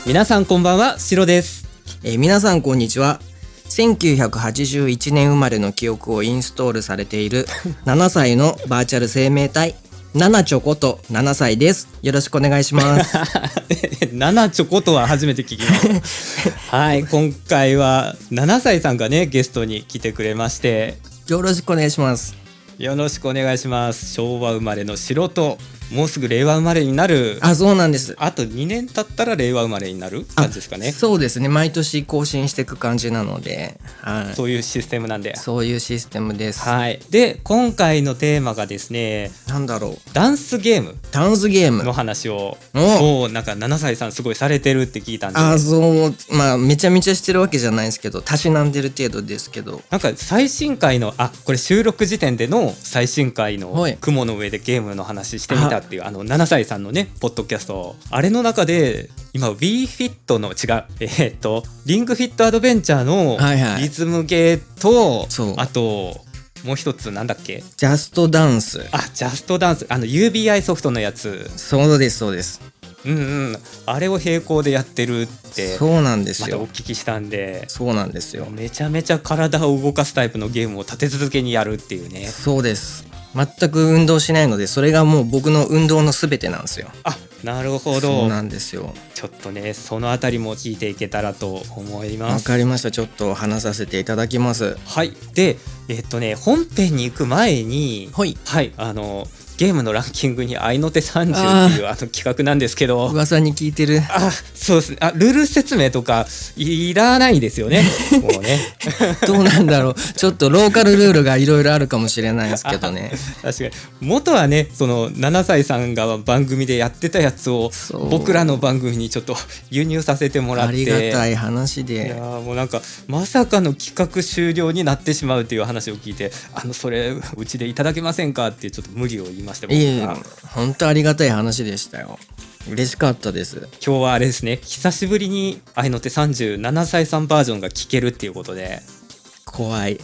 皆さんこんばんは、シロです。 皆さんこんにちは。1981年生まれの記憶をインストールされている7歳のバーチャル生命体ナナチョコと7歳です。よろしくお願いしますナナチョコとは初めて聞きますはい、今回は7歳さんがねゲストに来てくれまして、 よろしくお願いします。 よろしくお願いします。昭和生まれのシロと、もうすぐ令和生まれになる。 あ、そうなんです。 あと2年経ったら令和生まれになる感じですかね。 そうですね、毎年更新していく感じなので、はい、 そういうシステムなんで。 そういうシステムです。 はい。で、今回のテーマがですね、 なんだろう、 ダンスゲームの話を、もうなんか7歳さんすごいされてるって聞いたんで。 あ、そう、まあめちゃめちゃしてるわけじゃないですけど、たしなんでる程度ですけど、 なんか最新回のこれ収録時点での最新回の雲の上でゲームの話してみたっていう7歳さんのねポッドキャスト、あれの中で今 WeFit のリングフィットアドベンチャーのリズムゲーと、あともう一つなんだっけ、 ジャストダンス。 ジャストダンス、UBI ソフトのやつ。 そうですそうです。 あれを並行でやってるって。 そうなんですよ。 またお聞きしたんで。 そうなんですよ。 めちゃめちゃ体を動かすタイプのゲームを立て続けにやるっていうね。 そうです。全く運動しないので、それがもう僕の運動のすべてなんですよ。 なるほど。 そうなんですよ。 ちょっとね、そのあたりも聞いていけたらと思います。 わかりました。ちょっと話させていただきます。 はい。で、本編に行く前に、はい、ゲームのランキングに合いの手30っていう企画なんですけど、 噂に聞いてる。 そうですね。ルール説明とかいらないですよね。もうね。 どうなんだろう。ちょっとローカルルールがいろいろあるかもしれないですけどね。 確かに元はね、その7歳さんが番組でやってたやつを僕らの番組にちょっと輸入させてもらって、 ありがたい話で。 いやもうなんかまさかの企画終了になってしまうという話を聞いて、それうちでいただけませんかってちょっと無理を言いました。 本当ありがたい話でしたよ。嬉しかったです。 今日はあれですね、久しぶりに合いの手37歳さんバージョンが聞けるっていうことで。 怖い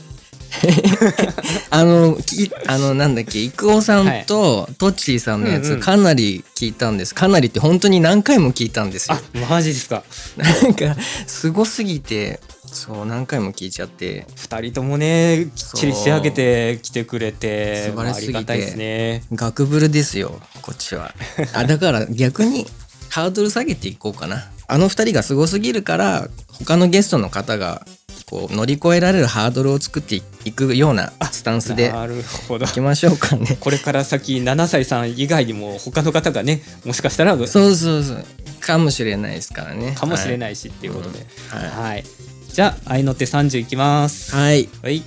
なんだっけ、郁夫さんとトッチーさんのやつかなり聞いたんです。かなりって本当に何回も聞いたんですよ。 マジですか。 なんかすごすぎて、そう何回も聞いちゃって、 2人ともねきっちり仕上げてきてくれて、 素晴らしすぎて、 ありがたいですね。 ガクブルですよこっちはだから逆にハードル下げていこうかな。2人がすごすぎるから、他のゲストの方がこう乗り越えられるハードルを作っていくようなスタンスでいきましょうかね。 これから先7歳さん以外にも他の方がね、もしかしたらそうかもしれないですからね。 かもしれないしっていうことで、はい、じゃあ合いの手30いきます。 はい、 はい。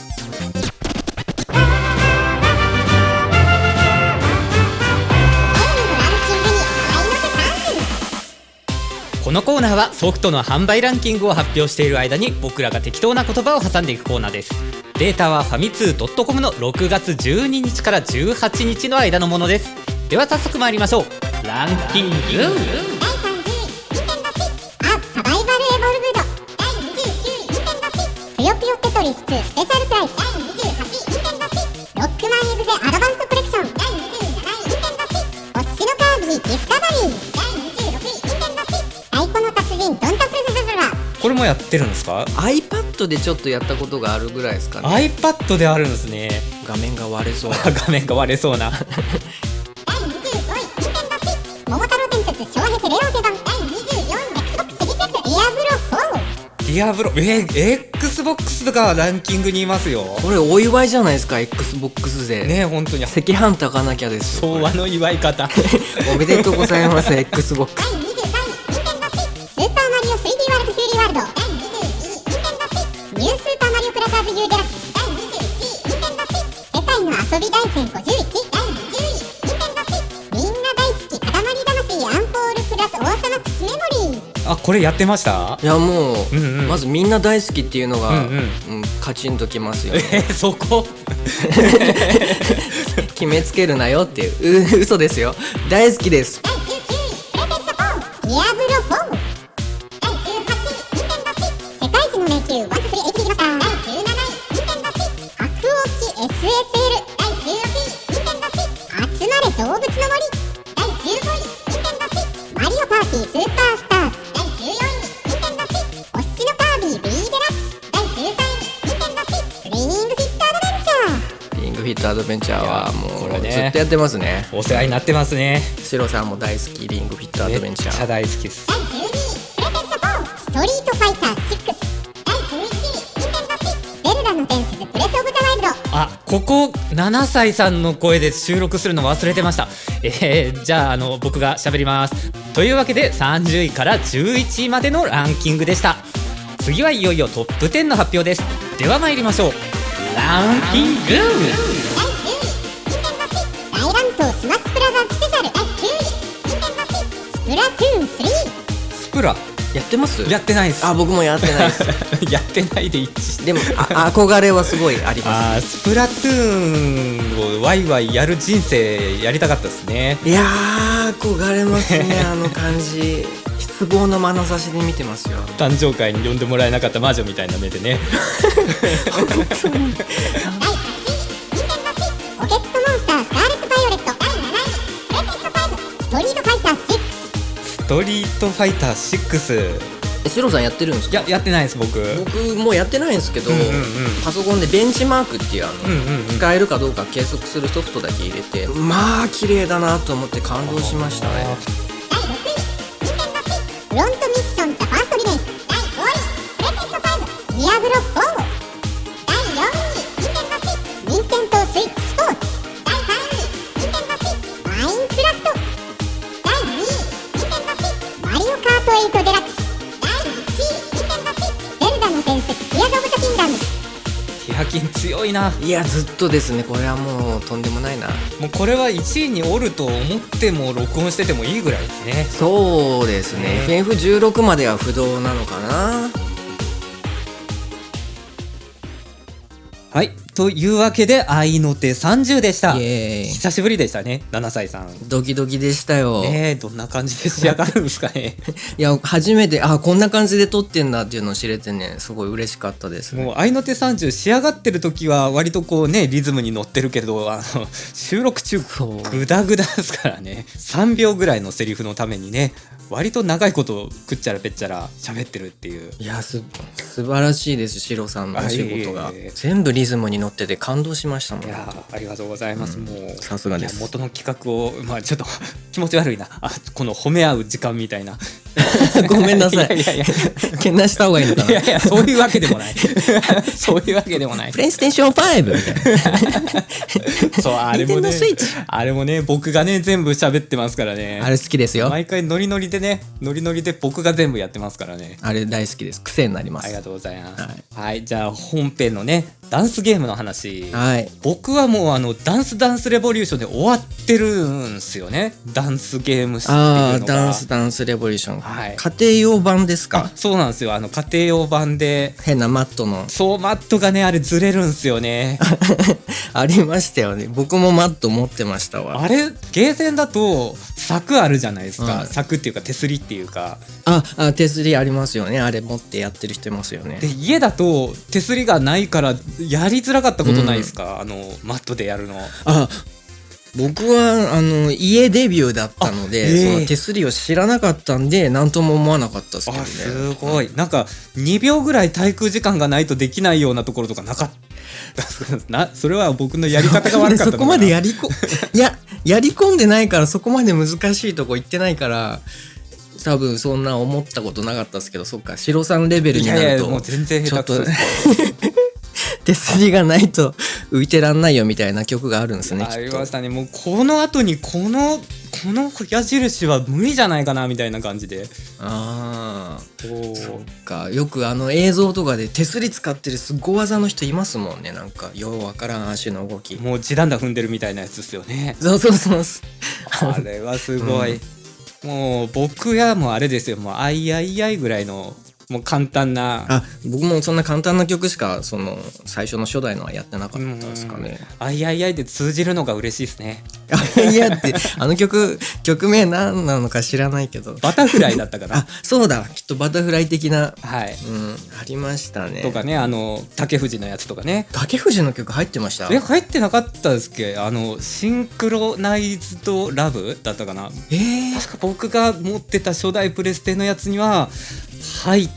このコーナーはソフトの販売ランキングを発表している間に僕らが適当な言葉を挟んでいくコーナーです。データはファミツー .com の6月12日から18日の間のものです。では早速参りましょう。ランキング第30位、ニンテンドースイッチサバイバルエボルブド。第29位、ニンテンドースイッチぷよぷよテトリス2スペシャルプライス。第28位、ニンテンドースイッチロックマンエグゼアドバンストコレクション。第27位、ニンテンドースイッチ星のカービィディスカバリー。第26位、ニンテンドースイッチ太鼓の達人ドンタフルズズラ。 これもやってるんですか？ iPad でちょっとやったことがあるぐらいですかね。 iPad であるんですね。 画面が割れそうな画面が割れそうな第25位、ニンテンドースイッチ桃太郎電鉄昭和平成令和定番。第24位、Xbox シリーズ X ディアブロ4。 ディアブロXbox とかランキングにいますよ。 これお祝いじゃないですか。 Xbox 勢ね、本当に赤飯炊かなきゃですよ。 昭和の祝い方おめでとうございますXbox。 第23位、ニンテンドースイッチスーパーマリオ 3D ワールドフューリーワールド。第22位、ニンテンドースイッチニュースーパーマリオクラザーズ U デラックス。第21位、ニンテンドースイッチ世界の遊び大戦51。第20位、ニンテンドースイッチみんな大好き塊魂アンポールプラス王様プチメモリー。 これやってました？ いやもう、まずみんな大好きっていうのが、カチンときますよ、ね。 そこ決めつけるなよっていう嘘ですよ。大好きです。 第19位、プレテステ4ディアブロ4。第18位、ニンテンドースイッチ世界一の迷宮1、2、3、HD マスター。第17位、ニンテンドースイッチ白鸚記 SSL。第16位、ニンテンドースイッチ集まれ動物の森。第15位、ニンテンドースイッチマリオパーティースーパースターズ。第14位、ニンテンドースイッチフィットアドベンチャーはもこれねうずっとやってますね。 お世話になってますね。 シロさんも大好きリングフィットアドベンチャー。 めっちゃ大好きです。 第12位プレゼント4ストリートファイター6。第11位ニンテンドースイッチゼルダの伝説ブレスオブザワイルド。 あ、ここ7歳さんの声で収録するの忘れてました。じゃあ僕が喋ります。というわけで30位から11位までのランキングでした。次はいよいよトップ10の発表です。では参りましょう。ランキング。 第10位ニンテンドースイッチ大乱闘スマッシュブラザーズスペシャル。第9位ニンテンドースイッチスプラトゥーン3。 スプラやってます？ やってないです。 あ、僕もやってないですやってないで一致して。 でも憧れはすごいあります。 スプラトゥーンをワイワイやる人生やりたかったですね。 いやー憧れますねあの感じ。失望の眼差しで見てますよ。 誕生会に呼んでもらえなかった魔女みたいな目でね。 第8位ニンテンドースイッチポケットモンスタースカーレットバイオレット。第7位プレゼント5ストリートファイター6。 ストリートファイター6。 シロさんやってるんですか？ やってないです僕。 僕もやってないんですけど、パソコンでベンチマークっていう使えるかどうか計測するソフトだけ入れて、まあ綺麗だなと思って感動しましたね。 第6位ニンテンドースイッチフロントミッションザファーストリベンジ。第5位プレゼント5ディアブロ4。第4位ニンテンドースイッチスポーツ。第3位ニンテンドースイッチマインクラフト。第2位ニンテンドースイッチマリオカート8デラックス。第1位ニンテンドースイッチゼルダの伝説ティアーズオブザキングダム。 ティアキン強いな。 いやずっとですね。これはもうとんでもないな。 もうこれは1位におると思っても録音しててもいいぐらいですね。 そうですね。FF16 までは不動なのかな。 はい、というわけで愛の手30でした。 イエーイ。 久しぶりでしたね、7歳さん。 ドキドキでしたよ。 どんな感じで仕上がるんですかね。 いや初めてこんな感じで撮ってんだっていうのを知れてね、すごい嬉しかったです、ね。 もう愛の手30仕上がってる時は割とこうねリズムに乗ってるけど、収録中グダグダですからね。3秒ぐらいのセリフのためにね割と長いことくっちゃらぺっちゃら喋ってるっていう。 いや素晴らしいです。シロさんのお仕事が全部リズムに乗ってて感動しましたもん。 いやありがとうございます。もうさすがです。 元の企画をちょっと気持ち悪いな。この褒め合う時間みたいな。 ごめんなさい。けなした方がいいのかな。 いやそういうわけでもないそういうわけでもない。 プレイステーション5みたいな。 そうあれもね僕がね全部喋ってますからね。 あれ好きですよ。 毎回ノリノリで僕が全部やってますからね。 あれ大好きです。癖になります。 ありがとうございます。はい、じゃあ本編のねダンスゲームの話。 はい。 僕はもうダンスレボリューションで終わってるんですよね。ダンスゲームっていうのが。 ダンスレボリューション。 はい。 家庭用版ですか？ そうなんですよ。家庭用版で変なマットの。 そうマットがねあれずれるんですよね。 ありましたよね。僕もマット持ってましたわ。 あれゲーセンだと柵あるじゃないですか。柵っていうか手すりっていうか。 手すりありますよね。あれ持ってやってる人いますよね。 で家だと手すりがないからやりづらかったことないですか？マットでやるの。 僕は家デビューだったので、その手すりを知らなかったんで何とも思わなかったですけどね。 すごい。なんか2秒ぐらい滞空時間がないとできないようなところとかなかったそれは僕のやり方が悪かったのかな。 そこまでやり込んでないからそこまで難しいとこ行ってないから多分そんな思ったことなかったですけど、そっかシロさんレベルになるともう全然下手くそです。 手すりがないと浮いてらんないよみたいな曲があるんですね。 ありましたね。もうこの後にこの矢印は無理じゃないかなみたいな感じで。 そっか。よく映像とかで手すり使ってるすご技の人いますもんね。なんかようわからん足の動き。 もう地団打踏んでるみたいなやつですよね。 そうあれはすごい。もう僕やもうあれですよ。もうあいあいあいぐらいのもう簡単な。 僕もそんな簡単な曲しか最初の初代のはやってなかったですかね。 あいあいあいで通じるのが嬉しいですね。 いやって曲名何なのか知らないけどバタフライだったかな。 そうだ、きっとバタフライ的な。 はい、 ありましたね。 とかね竹藤のやつとかね。 竹藤の曲入ってました？ 入ってなかったですっけ？シンクロナイズドラブだったかな。確か僕が持ってた初代プレステのやつには入って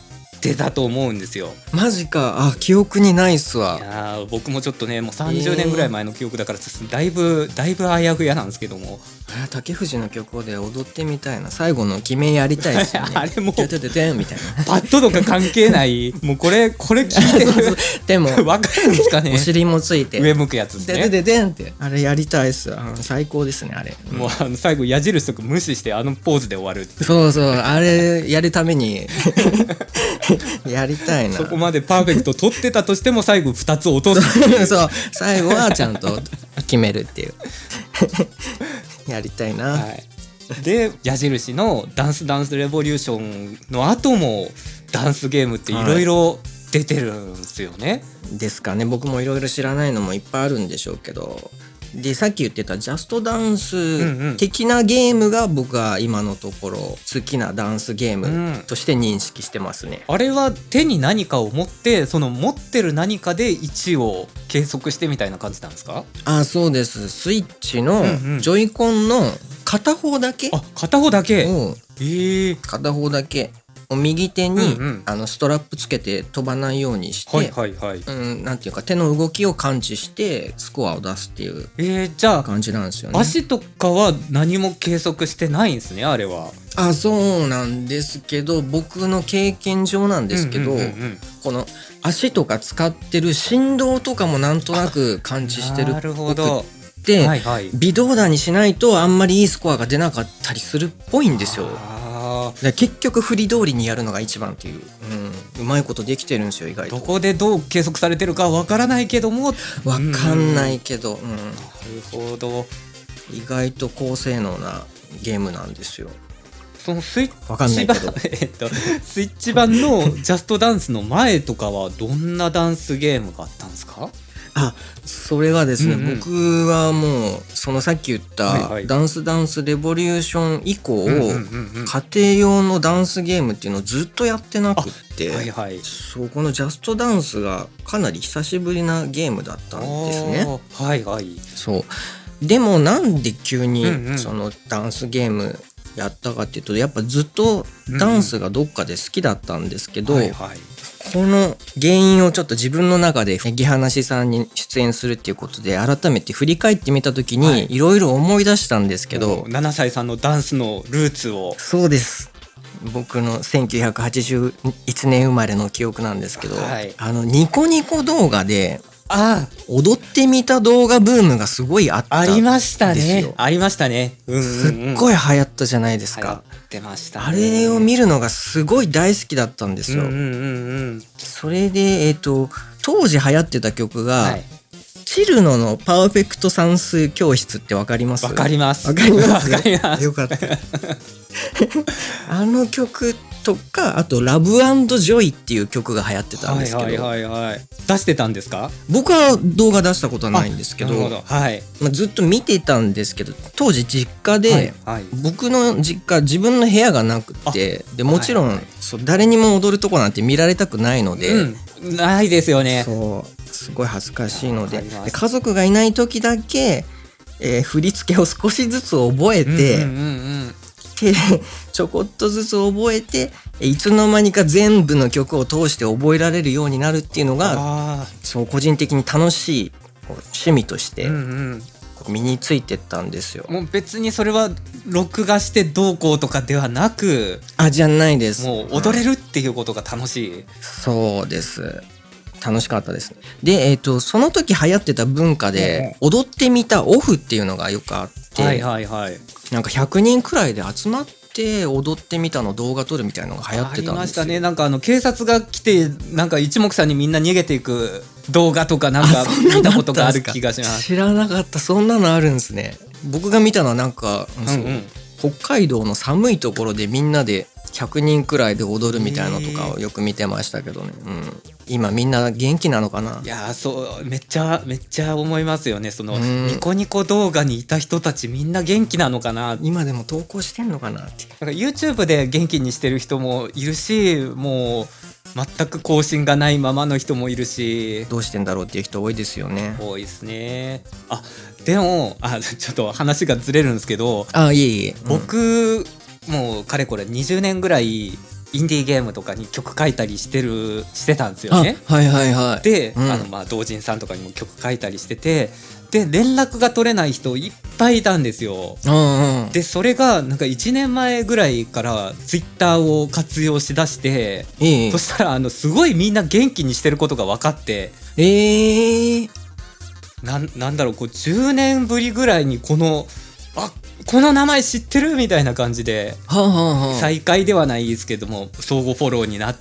出たと思うんですよ。 マジか。記憶にないっすわ。 いや僕もちょっとねもう30年ぐらい前の記憶だからだいぶあやふやなんですけども、 竹藤の曲で踊ってみたいな。最後の決めやりたいですよね。 あれもうててててんみたいな。 パッドとか関係ないもうこれ聞いてるでもわかるんですかね。 お尻もついて上向くやつですててね。 ててんってあれやりたいっす。最高ですねあれ。 もう最後矢印とか無視してあのポーズで終わる。 そうそう、あれやるためにやりたいな。 そこまでパーフェクト取ってたとしても最後2つ落とすっていうそう、最後はちゃんと決めるっていうやりたいな、 はい、で矢印のダンスレボリューションの後もダンスゲームっていろいろ出てるんですよね、 ですかね。僕もいろいろ知らないのもいっぱいあるんでしょうけど、でさっき言ってたジャストダンス的なゲームが僕は今のところ好きなダンスゲームとして認識してますね、 あれは手に何かを持ってその持ってる何かで位置を計測してみたいな感じなんですか？ そうです。スイッチのジョイコンの片方だけ、 片方だけ、 片方だけ右手に、ストラップつけて飛ばないようにして、なんていうか手の動きを感知してスコアを出すっていうじゃあ感じなんですよね。 足とかは何も計測してないんですねあれは。 そうなんですけど、僕の経験上なんですけど、この足とか使ってる振動とかもなんとなく感知してるっぽくって、微動だにしないとあんまりいいスコアが出なかったりするっぽいんですよ。結局振り通りにやるのが一番っていう、うまいことできてるんですよ意外と。 どこでどう計測されてるかわからないけども、 わかんないけど、なるほど、 意外と高性能なゲームなんですよ。 そのスイッチ版わかんないけどスイッチ版のジャストダンスの前とかはどんなダンスゲームがあったんですか？ それがですね、僕はもうそのさっき言ったダンスレボリューション以降、家庭用のダンスゲームっていうのをずっとやってなくって、そうこのジャストダンスがかなり久しぶりなゲームだったんですね。そうでもなんで急にそのダンスゲームやったかっていうと、やっぱずっとダンスがどっかで好きだったんですけど、この原因をちょっと自分の中でギハナシさんに出演するっていうことで改めて振り返ってみた時にいろいろ思い出したんですけど、 7歳さんのダンスのルーツを。 そうです。僕の1981年生まれの記憶なんですけど、ニコニコ動画で踊ってみた動画ブームがすごいあったんですよ。 ありましたね。ありましたね。 すっごい流行ったじゃないですか。 出ましたね。 あれを見るのがすごい大好きだったんですよ。それで当時流行ってた曲が、チルノのパーフェクト算数教室ってわかります？ わかります。 わかります。よかった。あの曲とか、あとラブ&ジョイっていう曲が流行ってたんですけど、 出してたんですか？ 僕は動画出したことはないんですけど、ずっと見てたんですけど、当時実家で、僕の実家自分の部屋がなくて、でもちろん、誰にも踊るとこなんて見られたくないので、 ないですよね。 すごい恥ずかしいので、家族がいない時だけ、振り付けを少しずつ覚えて、ちょこっとずつ覚えて、いつの間にか全部の曲を通して覚えられるようになるっていうのが個人的に楽しい趣味として身についてったんですよ。 もう別にそれは録画してどうこうとかではなく、 じゃないです。 もう踊れるっていうことが楽しい。 そうです。楽しかったですね。で、その時流行ってた文化で踊ってみたオフっていうのがよくあって、なんか100人くらいで集まって踊ってみたの動画撮るみたいなのが流行ってたんですよ。ありましたね。 なんか警察が来てなんか一目散にみんな逃げていく動画とかなんか見たことがある気がします。 知らなかった。そんなのあるんですね。僕が見たのはなんか、北海道の寒いところでみんなで100人くらいで踊るみたいなのとかをよく見てましたけどね、今みんな元気なのかな。 いやそうめっちゃ思いますよね。そのニコニコ動画にいた人たちみんな元気なのかな。 今でも投稿してんのかなって。 なんか YouTube で元気にしてる人もいるし、もう全く更新がないままの人もいるし、 どうしてんだろうっていう人多いですよね。 多いですね。でもちょっと話がずれるんですけど、僕もうかれこれ20年ぐらいインディーゲームとかに曲書いたりしてたんですよね。 はいはいはい。 で、同人さんとかにも曲書いたりしてて、で連絡が取れない人いっぱいいたんですよ。でそれがなんか1年前ぐらいからツイッターを活用しだして、そしたらすごいみんな元気にしてることが分かって、なんだろう、こう10年ぶりぐらいにこの名前知ってるみたいな感じで、再会ではないですけども相互フォローになって、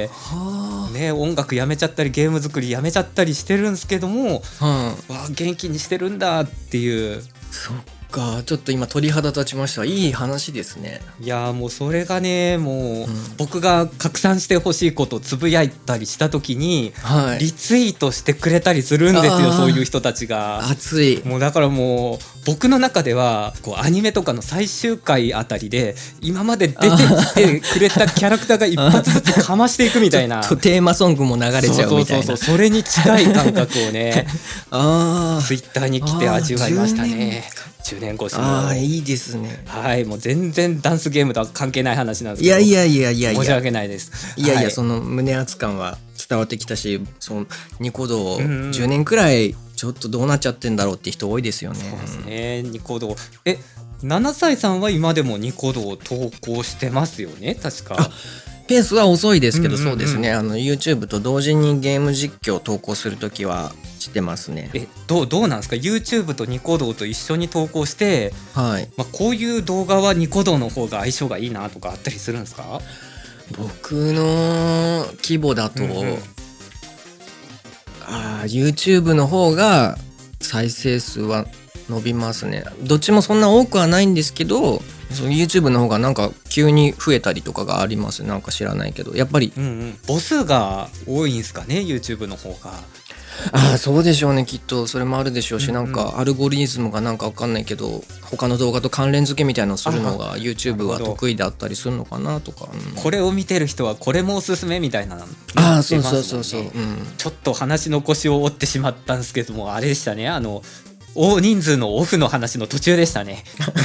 ね、音楽やめちゃったりゲーム作りやめちゃったりしてるんですけども、元気にしてるんだっていう。 そっか、ちょっと今鳥肌立ちました。いい話ですね。 いやもうそれがね、もう、僕が拡散してほしいことをつぶやいたりした時に、リツイートしてくれたりするんですよ、そういう人たちが。 熱い。 もうだからもう僕の中ではこうアニメとかの最終回あたりで今まで出てきてくれたキャラクターが一発ずつかましていくみたいなテーマソングも流れちゃうみたいな。 それに近い感覚をねツイッターに来て味わいましたね。10年越しの。 いいですね。 はい、もう全然ダンスゲームとは関係ない話なんですけど、 いや申し訳ないです。 その胸熱感は伝わってきたし、そのニコ動10年くらいちょっとどうなっちゃってんだろうって人多いですよね。 そうですね、ニコ動。7歳さんは今でもニコ動を投稿してますよね、確か。 ペースは遅いですけど、そうですね、YouTube と同時にゲーム実況を投稿するときはしてますね。 どうなんですか、 YouTube とニコ動と一緒に投稿して、こういう動画はニコ動の方が相性がいいなとかあったりするんですか？ 僕の規模だと、YouTube の方が再生数は伸びますね。どっちもそんな多くはないんですけど、その YouTube の方がなんか急に増えたりとかがあります。なんか知らないけどやっぱり、 母数が多いんですかね、 YouTube の方が。 そうでしょうね、きっとそれもあるでしょうし、なんかアルゴリズムがなんか分かんないけど他の動画と関連付けみたいなのをするのが YouTube は得意だったりするのかなとか、 これを見てる人はこれもおすすめみたいなそう、 ちょっと話の腰を折ってしまったんですけども、あれでしたね、大人数のオフの話の途中でしたね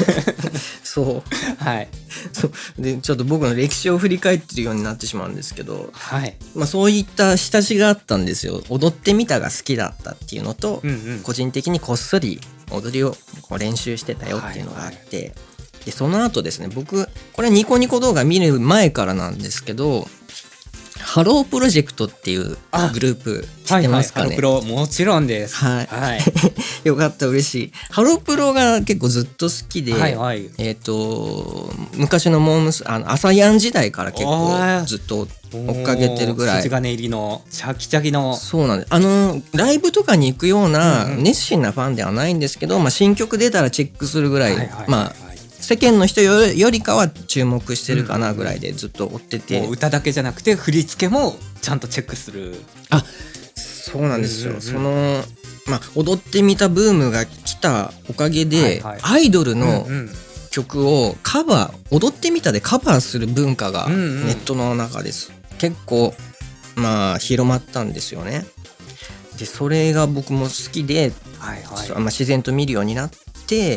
でちょっと僕の歴史を振り返ってるようになってしまうんですけど、そういった下地があったんですよ。踊ってみたが好きだったっていうのと、個人的にこっそり踊りをこう練習してたよっていうのがあって、でその後ですね、僕これニコニコ動画見る前からなんですけど、ハロープロジェクトっていうグループ知ってますかね？ ハロプロもちろんです。 よかった、嬉しい。ハロプロが結構ずっと好きで、昔のモームス朝ヤン時代から結構ずっと追っかけてるぐらい、 筋金入りのチャキチャキの。 そうなんです。ライブとかに行くような熱心なファンではないんですけど、新曲出たらチェックするぐらい、世間の人よりかは注目してるかなぐらいでずっと追ってて、 もう歌だけじゃなくて振り付けもちゃんとチェックする。 そうなんですよ。その踊ってみたブームが来たおかげで、アイドルの曲を踊ってみたでカバーする文化がネットの中です結構広まったんですよね。でそれが僕も好きで、自然と見るようになって、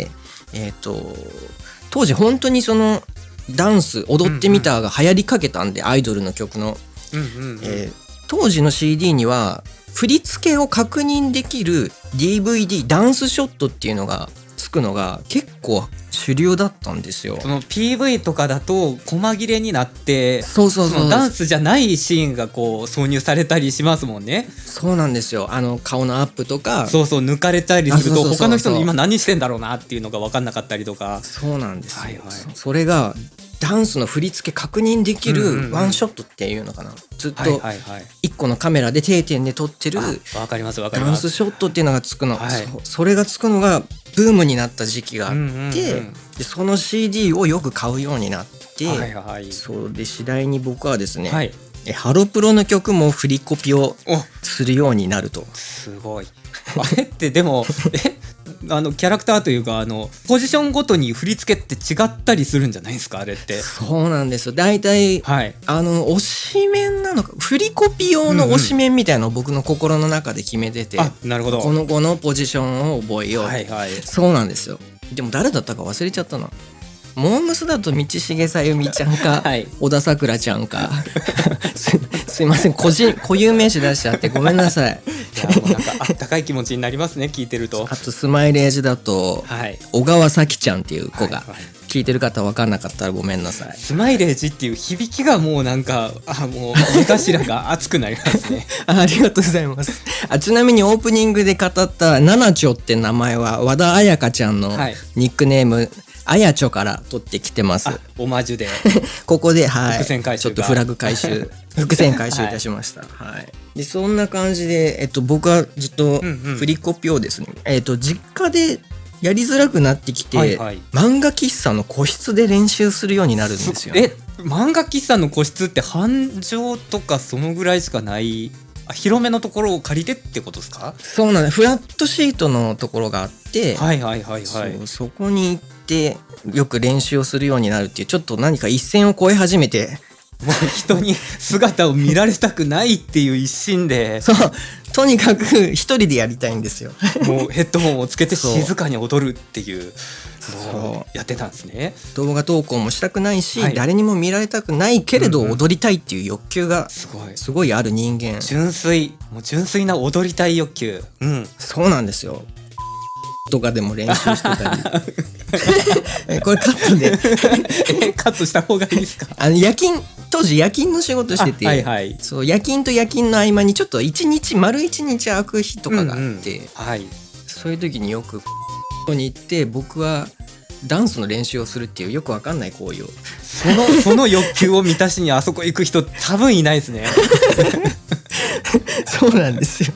当時本当にそのダンス踊ってみたが流行りかけたんで、アイドルの曲の、当時の CD には振り付けを確認できる DVD ダンスショットっていうのがつくのが結構主流だったんですよ。 その PV とかだと細切れになってそのダンスじゃないシーンがこう挿入されたりしますもんね。 そうなんですよ。顔のアップとか抜かれたりすると他の人の今何してんだろうなっていうのが分かんなかったりとか。 そうなんですよ、それがダンスの振り付け確認できるワンショットっていうのかな、ずっと1個のカメラで定点で撮ってるダンスショットっていうのがつくの、それがつくのがブームになった時期があって、でその CD をよく買うようになって、そうで次第に僕はですね、ハロプロの曲も振りコピをするようになると。 すごい。あれってでもキャラクターというかポジションごとに振り付けって違ったりするんじゃないですか、あれって。 そうなんですよ。大体、推しメンなのか振りコピ用の推しメンみたいなのを僕の心の中で決めてて、 なるほど、 この子のポジションを覚えよう、そうなんですよ。でも誰だったか忘れちゃったな。 モームスだと道重さゆみちゃんか、 はい、 小田さくらちゃんかすいません固有名詞出しちゃってごめんなさい。 いやもうなんかあったかい気持ちになりますね聞いてると。 あとスマイレージだと、はい、小川咲ちゃんっていう子が、はいはい、聞いてる方分かんなかったらごめんなさい。 スマイレージっていう響きがもうなんかもう目頭が熱くなりますねありがとうございます。ちなみにオープニングで語ったナナチョって名前は和田彩香ちゃんのニックネーム、はい、あやちょから取ってきてます。 オマージュでここで、はい、 伏線回収ちょっとフラグ回収伏線回収いたしました、はいはい、でそんな感じで、僕はずっとフリコピをですね、実家でやりづらくなってきて、はいはい、漫画喫茶の個室で練習するようになるんですよ、ね、 漫画喫茶の個室って半畳とかそのぐらいしかない、広めのところを借りてってことですか？ そうなんです。フラットシートのところがあって、 はいはいはいはい、 そこに行ってよく練習をするようになるっていう、ちょっと何か一線を越え始めて、 もう人に姿を見られたくないっていう一心でそうとにかく一人でやりたいんですよもうヘッドホンをつけて静かに踊るっていうのをやってたんですね。 動画投稿もしたくないし、はい、誰にも見られたくないけれど踊りたいっていう欲求がすごいある人間、 純粋な踊りたい欲求、 そうなんですよ。とかでも練習してたりこれカットでカットした方がいいですか？ 当時夜勤の仕事してて、はいはい、そう夜勤と夜勤の合間にちょっと丸一日空く日とかがあって、はい、そういう時によくに行って、僕はダンスの練習をするっていうよくわかんない行為をその欲求を満たしにあそこ行く人多分いないですねそうなんですよ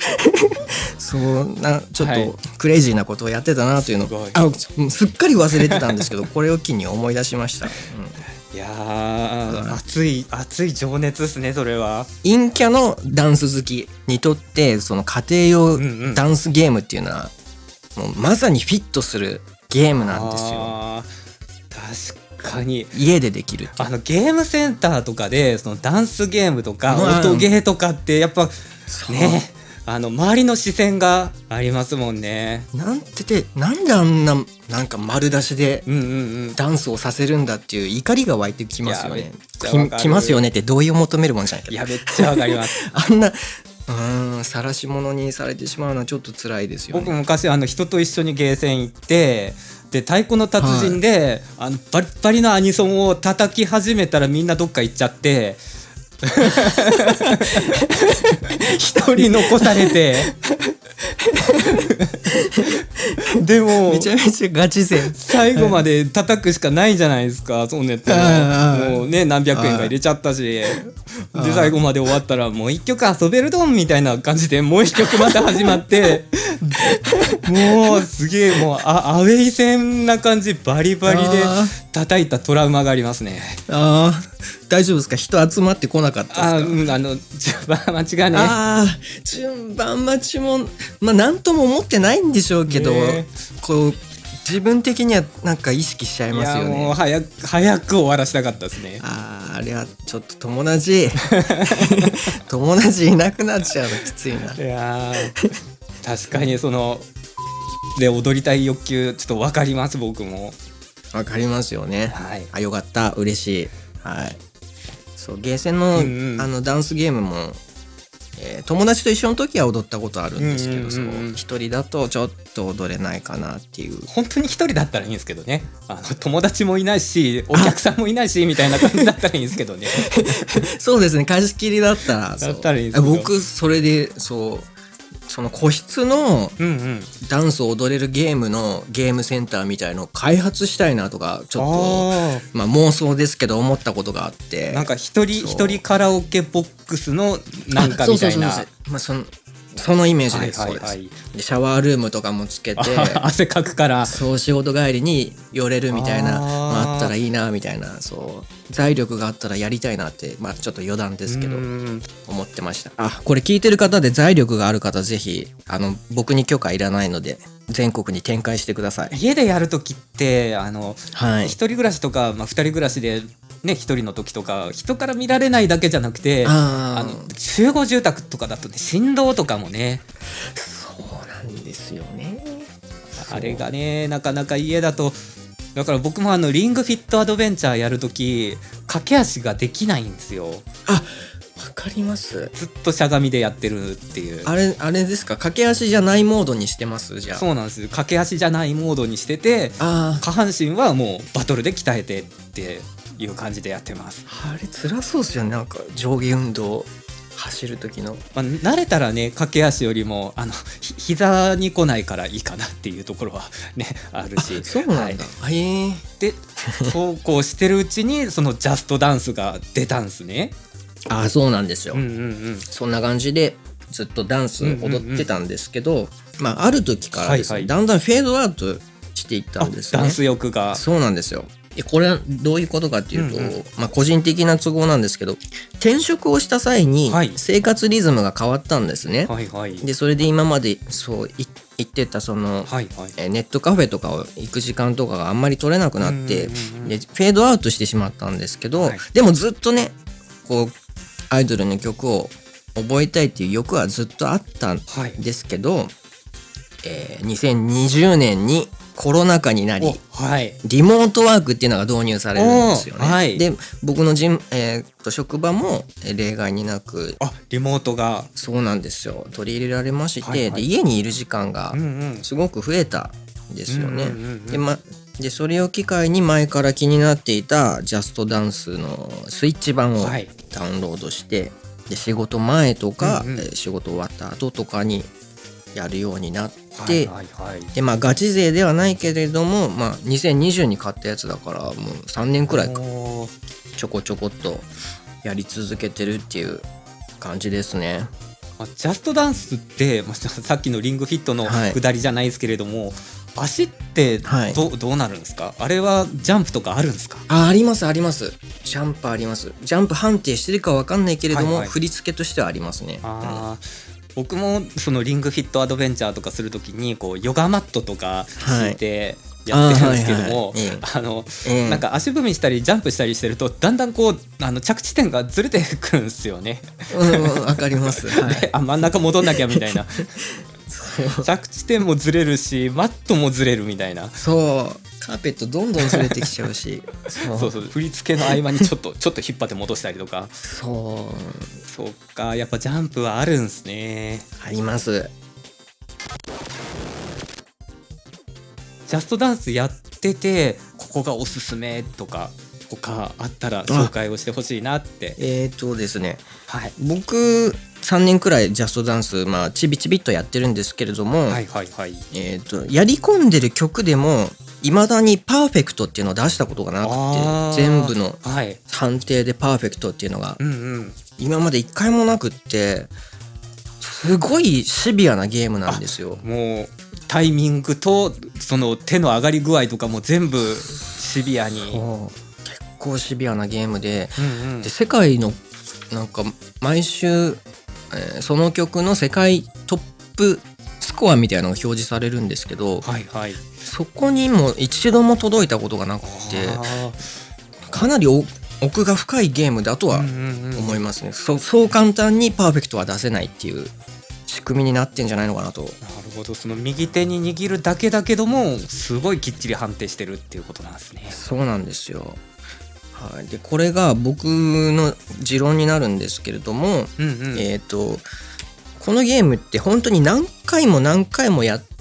ちょっとクレイジーなことをやってたなというのを、すっかり忘れてたんですけどこれを機に思い出しました、 いや熱い情熱ですね。それは陰キャのダンス好きにとってその家庭用ダンスゲームっていうのは、もうまさにフィットするゲームなんですよ。 確かに家でできるってゲームセンターとかでそのダンスゲームとか音ゲーとかってやっぱね、周りの視線がありますもんね。 なんであんななんか丸出しでダンスをさせるんだっていう怒りが湧いてきますよね。きますよねって同意を求めるもんじゃないけど。 いやめっちゃわかりますあんな晒し者にされてしまうのはちょっと辛いですよね。 僕昔人と一緒にゲーセン行って、で太鼓の達人で、バリッバリのアニソンを叩き始めたらみんなどっか行っちゃって一人残されてでもめちゃめちゃガチ勢最後まで叩くしかないじゃないですか。そうねってもうね何百円か入れちゃったし、で最後まで終わったらもう一曲遊べるドンみたいな感じでもう一曲また始まってもうすげえもうアウェイ戦な感じ、バリバリで叩いたトラウマがありますね。 大丈夫ですか？人集まってこなかったですか？ 順番待ちがね。 順番待ちもなんとも思ってないんでしょうけど、こう自分的にはなんか意識しちゃいますよね。いやもう早く終わらせたかったですね。 あれはちょっと友達いなくなっちゃうのきついな。 いや確かにで踊りたい欲求ちょっと分かります。僕も分かりますよね、はい、よかった、嬉しい、はい、そうゲーセンの、ダンスゲームも、友達と一緒の時は踊ったことあるんですけど、一人だとちょっと踊れないかなっていう。 本当に一人だったらいいんですけどね。友達もいないしお客さんもいないしみたいな感じだったらいいんですけどねそうですね、貸し切りだったらいいんですけど、 僕それでその個室のダンスを踊れるゲームのゲームセンターみたいのを開発したいなとかちょっと妄想ですけど思ったことがあって、 なんか一人カラオケボックスのなんかみたいな、 そのイメージです。そうです。でシャワールームとかもつけて汗かくからそう仕事帰りに寄れるみたいなあったらいいなみたいな、財力があったらやりたいなって、ちょっと余談ですけど思ってました。これ聞いてる方で財力がある方ぜひ僕に許可いらないので全国に展開してください。 家でやるときって一人暮らしとか、二人暮らしでね、一人の時とか人から見られないだけじゃなくて集合住宅とかだとね、振動とかもね、 そうなんですよね。 あれがねなかなか家だとだから僕もリングフィットアドベンチャーやるとき駆け足ができないんですよ。 あ、わかります。 ずっとしゃがみでやってるっていう。 あれですか、駆け足じゃないモードにしてます？じゃあそうなんです。駆け足じゃないモードにしてて、下半身はもうバトルで鍛えてっていう感じでやってます。 あれ辛そうですよね、なんか上下運動走る時の、 慣れたらね、駆け足よりも膝に来ないからいいかなっていうところはねあるし。 そうなんだ、はい、 でそうこうしてるうちにそのジャストダンスが出たんですね。 そうなんですよ、そんな感じでずっとダンス踊ってたんですけど、ある時からですね、だんだんフェードアウトしていったんですね、 ダンス欲が。 そうなんですよ。これはどういうことかっていうと、個人的な都合なんですけど、転職をした際に生活リズムが変わったんですね、でそれで今までそう言ってたその、ネットカフェとかを行く時間とかがあんまり取れなくなって、でフェードアウトしてしまったんですけど、でもずっとねこうアイドルの曲を覚えたいっていう欲はずっとあったんですけど、2020年にコロナ禍になり、リモートワークっていうのが導入されるんですよね、で僕の職場も例外になくリモートがそうなんですよ、取り入れられまして、で家にいる時間がすごく増えたんですよね。でそれを機会に前から気になっていたジャストダンスのスイッチ版をダウンロードして、で仕事前とか、仕事終わった後とかにやるようになって、でガチ勢ではないけれども、2020に買ったやつだからもう3年くらいちょこちょこっとやり続けてるっていう感じですね。 ジャストダンスって、さっきのリングフィットの下りじゃないですけれども、足ってどうなるんですか？あれはジャンプとかあるんですか？ ありますあります。ジャンプあります。ジャンプ判定してるか分かんないけれども、振り付けとしてはありますね。 僕もそのリングフィットアドベンチャーとかするときにこうヨガマットとか敷いてやってるんですけども、なんか足踏みしたりジャンプしたりしてるとだんだんこう着地点がずれてくるんですよね。 わかります。 で真ん中戻んなきゃみたいな。着地点もずれるしマットもずれるみたいな。 そうカーペットどんどんずれてきちゃうしそう振り付けの合間にちょっと引っ張って戻したりとか。そうか、やっぱジャンプはあるんすね。 あります。 ジャストダンスやっててここがおすすめとか他あったら紹介をしてほしいなって。 ですね、僕3年くらいジャストダンスちびちびっとやってるんですけれども、やり込んでる曲でもいまだにパーフェクトっていうのを出したことがなくて、全部の判定でパーフェクトっていうのが今まで一回もなくって、すごいシビアなゲームなんですよ。 もうタイミングとその手の上がり具合とかも全部シビアに。 結構シビアなゲームで、で世界のなんか毎週、その曲の世界トップスコアみたいなのが表示されるんですけど、そこにも一度も届いたことがなくて、かなり奥が深いゲームだとは思いますね。そう簡単にパーフェクトは出せないっていう仕組みになってんじゃないのかなと。 なるほど、その右手に握るだけだけどもすごいきっちり判定してるっていうことなんですね。 そうなんですよ。でこれが僕の持論になるんですけれども、このゲームって本当に何回も何回もやって、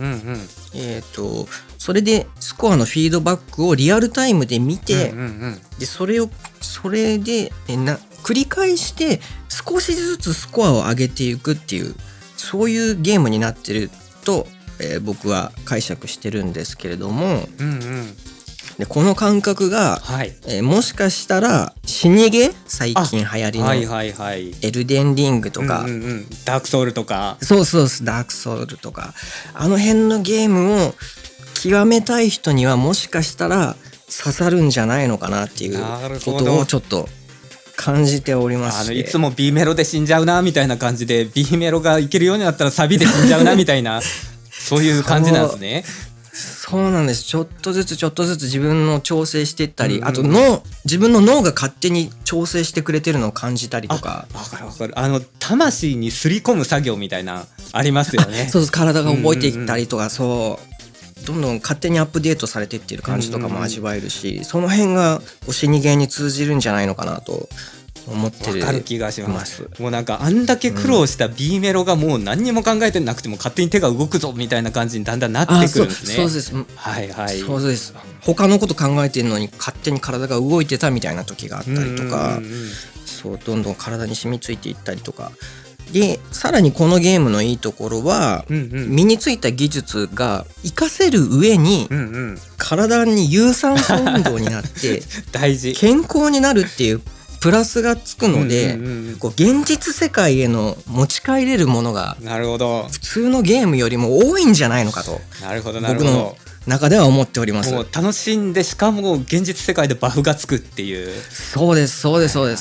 それでスコアのフィードバックをリアルタイムで見て、でそれで繰り返して少しずつスコアを上げていくっていう、そういうゲームになってると、僕は解釈してるんですけれども、でこの感覚が、もしかしたら死にゲー、最近流行りのエルデンリングとか、 ダークソウルとか、 そうダークソウルとか、あの辺のゲームを極めたい人にはもしかしたら刺さるんじゃないのかなっていうことをちょっと感じておりまして、 いつも B メロで死んじゃうなみたいな感じで B メロがいけるようになったらサビで死んじゃうなみたいなそういう感じなんですね。 そうなんです。ちょっとずつ自分の調整していったり、あと自分の脳が勝手に調整してくれてるのを感じたりとか。 わかる。魂にすり込む作業みたいなありますよね。 そう体が覚えていったりとか、 どんどん勝手にアップデートされていってる感じとかも味わえるし、その辺が死にゲーに通じるんじゃないのかなと思ってる。 わかる気がします。もうなんかあんだけ苦労した B メロがもう何にも考えてなくても勝手に手が動くぞみたいな感じにだんだんなってくるんですね。 そうです。 はいはい。 そうです。他のこと考えてるのに勝手に体が動いてたみたいな時があったりとか、そうどんどん体に染みついていったりとか。でさらにこのゲームのいいところは、身についた技術が活かせる上に、体に有酸素運動になって大事、 健康になるっていうプラスがつくので、こう現実世界への持ち帰れるものがなるほど普通のゲームよりも多いんじゃないのかと、 なるほどなるほど、僕の中では思っております。 もう楽しんで、しかも現実世界でバフがつくっていう。 そうですそうですそうです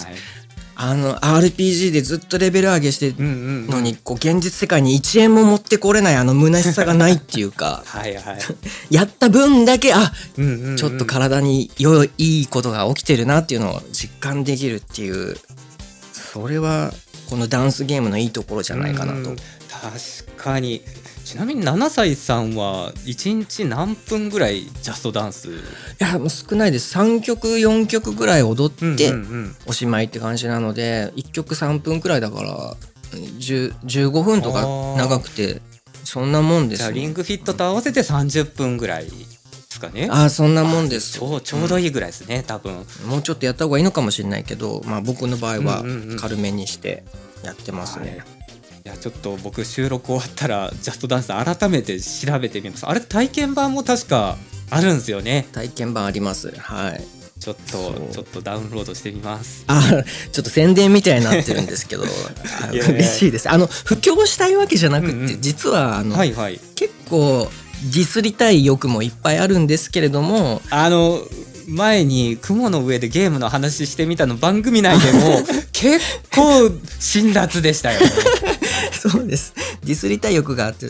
、RPG でずっとレベル上げしてるのに、こう現実世界に1円も持ってこれない虚しさがないっていうかはいはいやった分だけちょっと体にいいことが起きてるなっていうのを実感できるっていう、それはこのダンスゲームのいいところじゃないかなと。 確かに。ちなみに7歳さんは1日何分ぐらいジャストダンス？いやもう少ないです。3曲4曲ぐらい踊っておしまいって感じなので、1曲3分くらいだから15分とか長くてそんなもんです、ね。 じゃあリングフィットと合わせて30分ぐらいですかね。 そんなもんです。 ちょうどいいぐらいですね、多分。 もうちょっとやった方がいいのかもしれないけど、僕の場合は軽めにしてやってますね。 いやちょっと僕収録終わったらジャストダンス改めて調べてみます。あれ体験版も確かあるんですよね。 体験版あります。はい。 ちょっとダウンロードしてみます。 ちょっと宣伝みたいになってるんですけど嬉しいです。布教したいわけじゃなくて、実は結構ディスりたい欲もいっぱいあるんですけれども、 前に雲の上でゲームの話してみたの番組内でも結構辛辣でしたよねそうです。ディスりたい欲があって、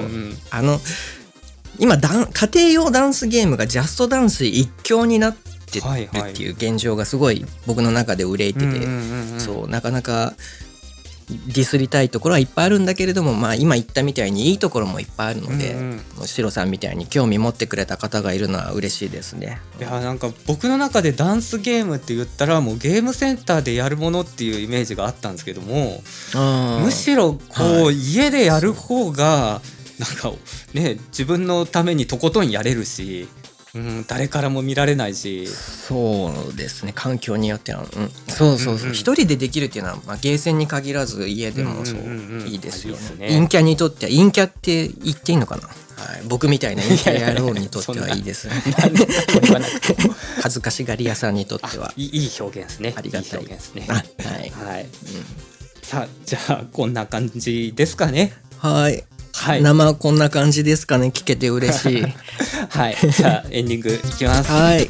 今家庭用ダンスゲームがジャストダンス一強になってるっていう現状がすごい僕の中で憂いてて、そうなかなかディスりたいところはいっぱいあるんだけれども、今言ったみたいにいいところもいっぱいあるので、シロさんみたいに興味持ってくれた方がいるのは嬉しいですね。 いやなんか僕の中でダンスゲームって言ったらもうゲームセンターでやるものっていうイメージがあったんですけども、むしろこう、家でやる方がなんかね自分のためにとことんやれるし、誰からも見られないし。 そうですね、環境によっては、そう一人でできるっていうのは、ゲーセンに限らず家でもそういいですよね。陰キャにとっては、陰キャって言っていいのかな、僕みたいな陰キャ野郎にとってはいいですね恥ずかしがり屋さんにとってはいい表現ですね。 ありがたいいい表現ですね。さあじゃあこんな感じですかね。 生こんな感じですかね。聞けて嬉しいはい、じゃあエンディングいきます。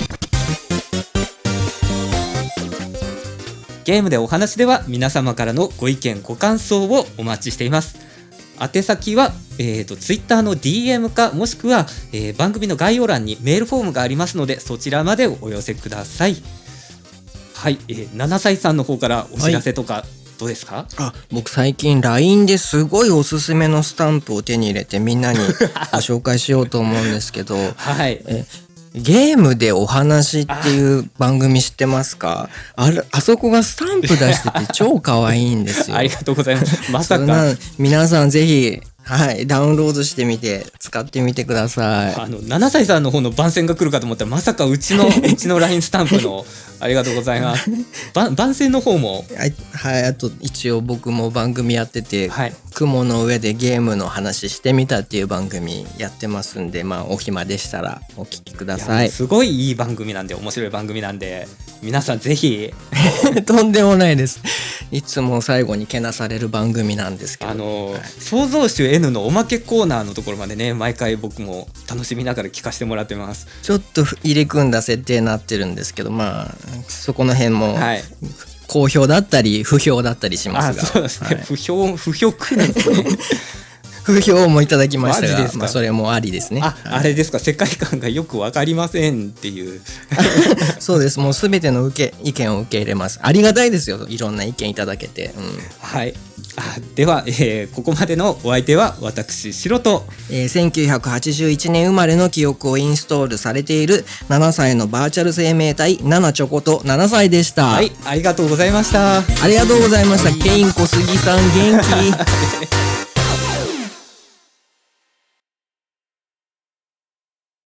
ゲームでお話では皆様からのご意見ご感想をお待ちしています。宛先は、Twitter の DM かもしくは、番組の概要欄にメールフォームがありますのでそちらまでお寄せください。はい、7歳さんの方からお知らせとか、どうですか？ 僕最近 LINE ですごいおすすめのスタンプを手に入れてみんなにご紹介しようと思うんですけどゲームでお話っていう番組知ってますか？あそこがスタンプ出してて超可愛いんですよありがとうございます。まさか皆さんぜひダウンロードしてみて使ってみてください。 7歳さんの方の番宣が来るかと思ったらまさかうちの LINE スタンプのありがとうございます。番宣の方もあと一応僕も番組やってて、雲の上でゲームの話してみたっていう番組やってますんで、お暇でしたらお聞きください。 すごいいい番組なんで、面白い番組なんで皆さんぜひとんでもないです。いつも最後にけなされる番組なんですけど、 創造主 N のおまけコーナーのところまでね毎回僕も楽しみながら聞かせてもらってます。 ちょっと入れ組んだ設定になってるんですけど、そこの辺も好評だったり不評だったりしますが、 そうですね、不評くるんですね不評もいただきましたが、それもありですね。 あれですか、世界観がよく分かりませんっていうそうです、もう全ての意見を受け入れます。ありがたいですよ、いろんな意見いただけて、 はい、 では、ここまでのお相手は私シロと、 1981年生まれの記憶をインストールされている7歳のバーチャル生命体7チョコと7歳でした。 はい、ありがとうございました。 ありがとうございました。ケイン小杉さん元気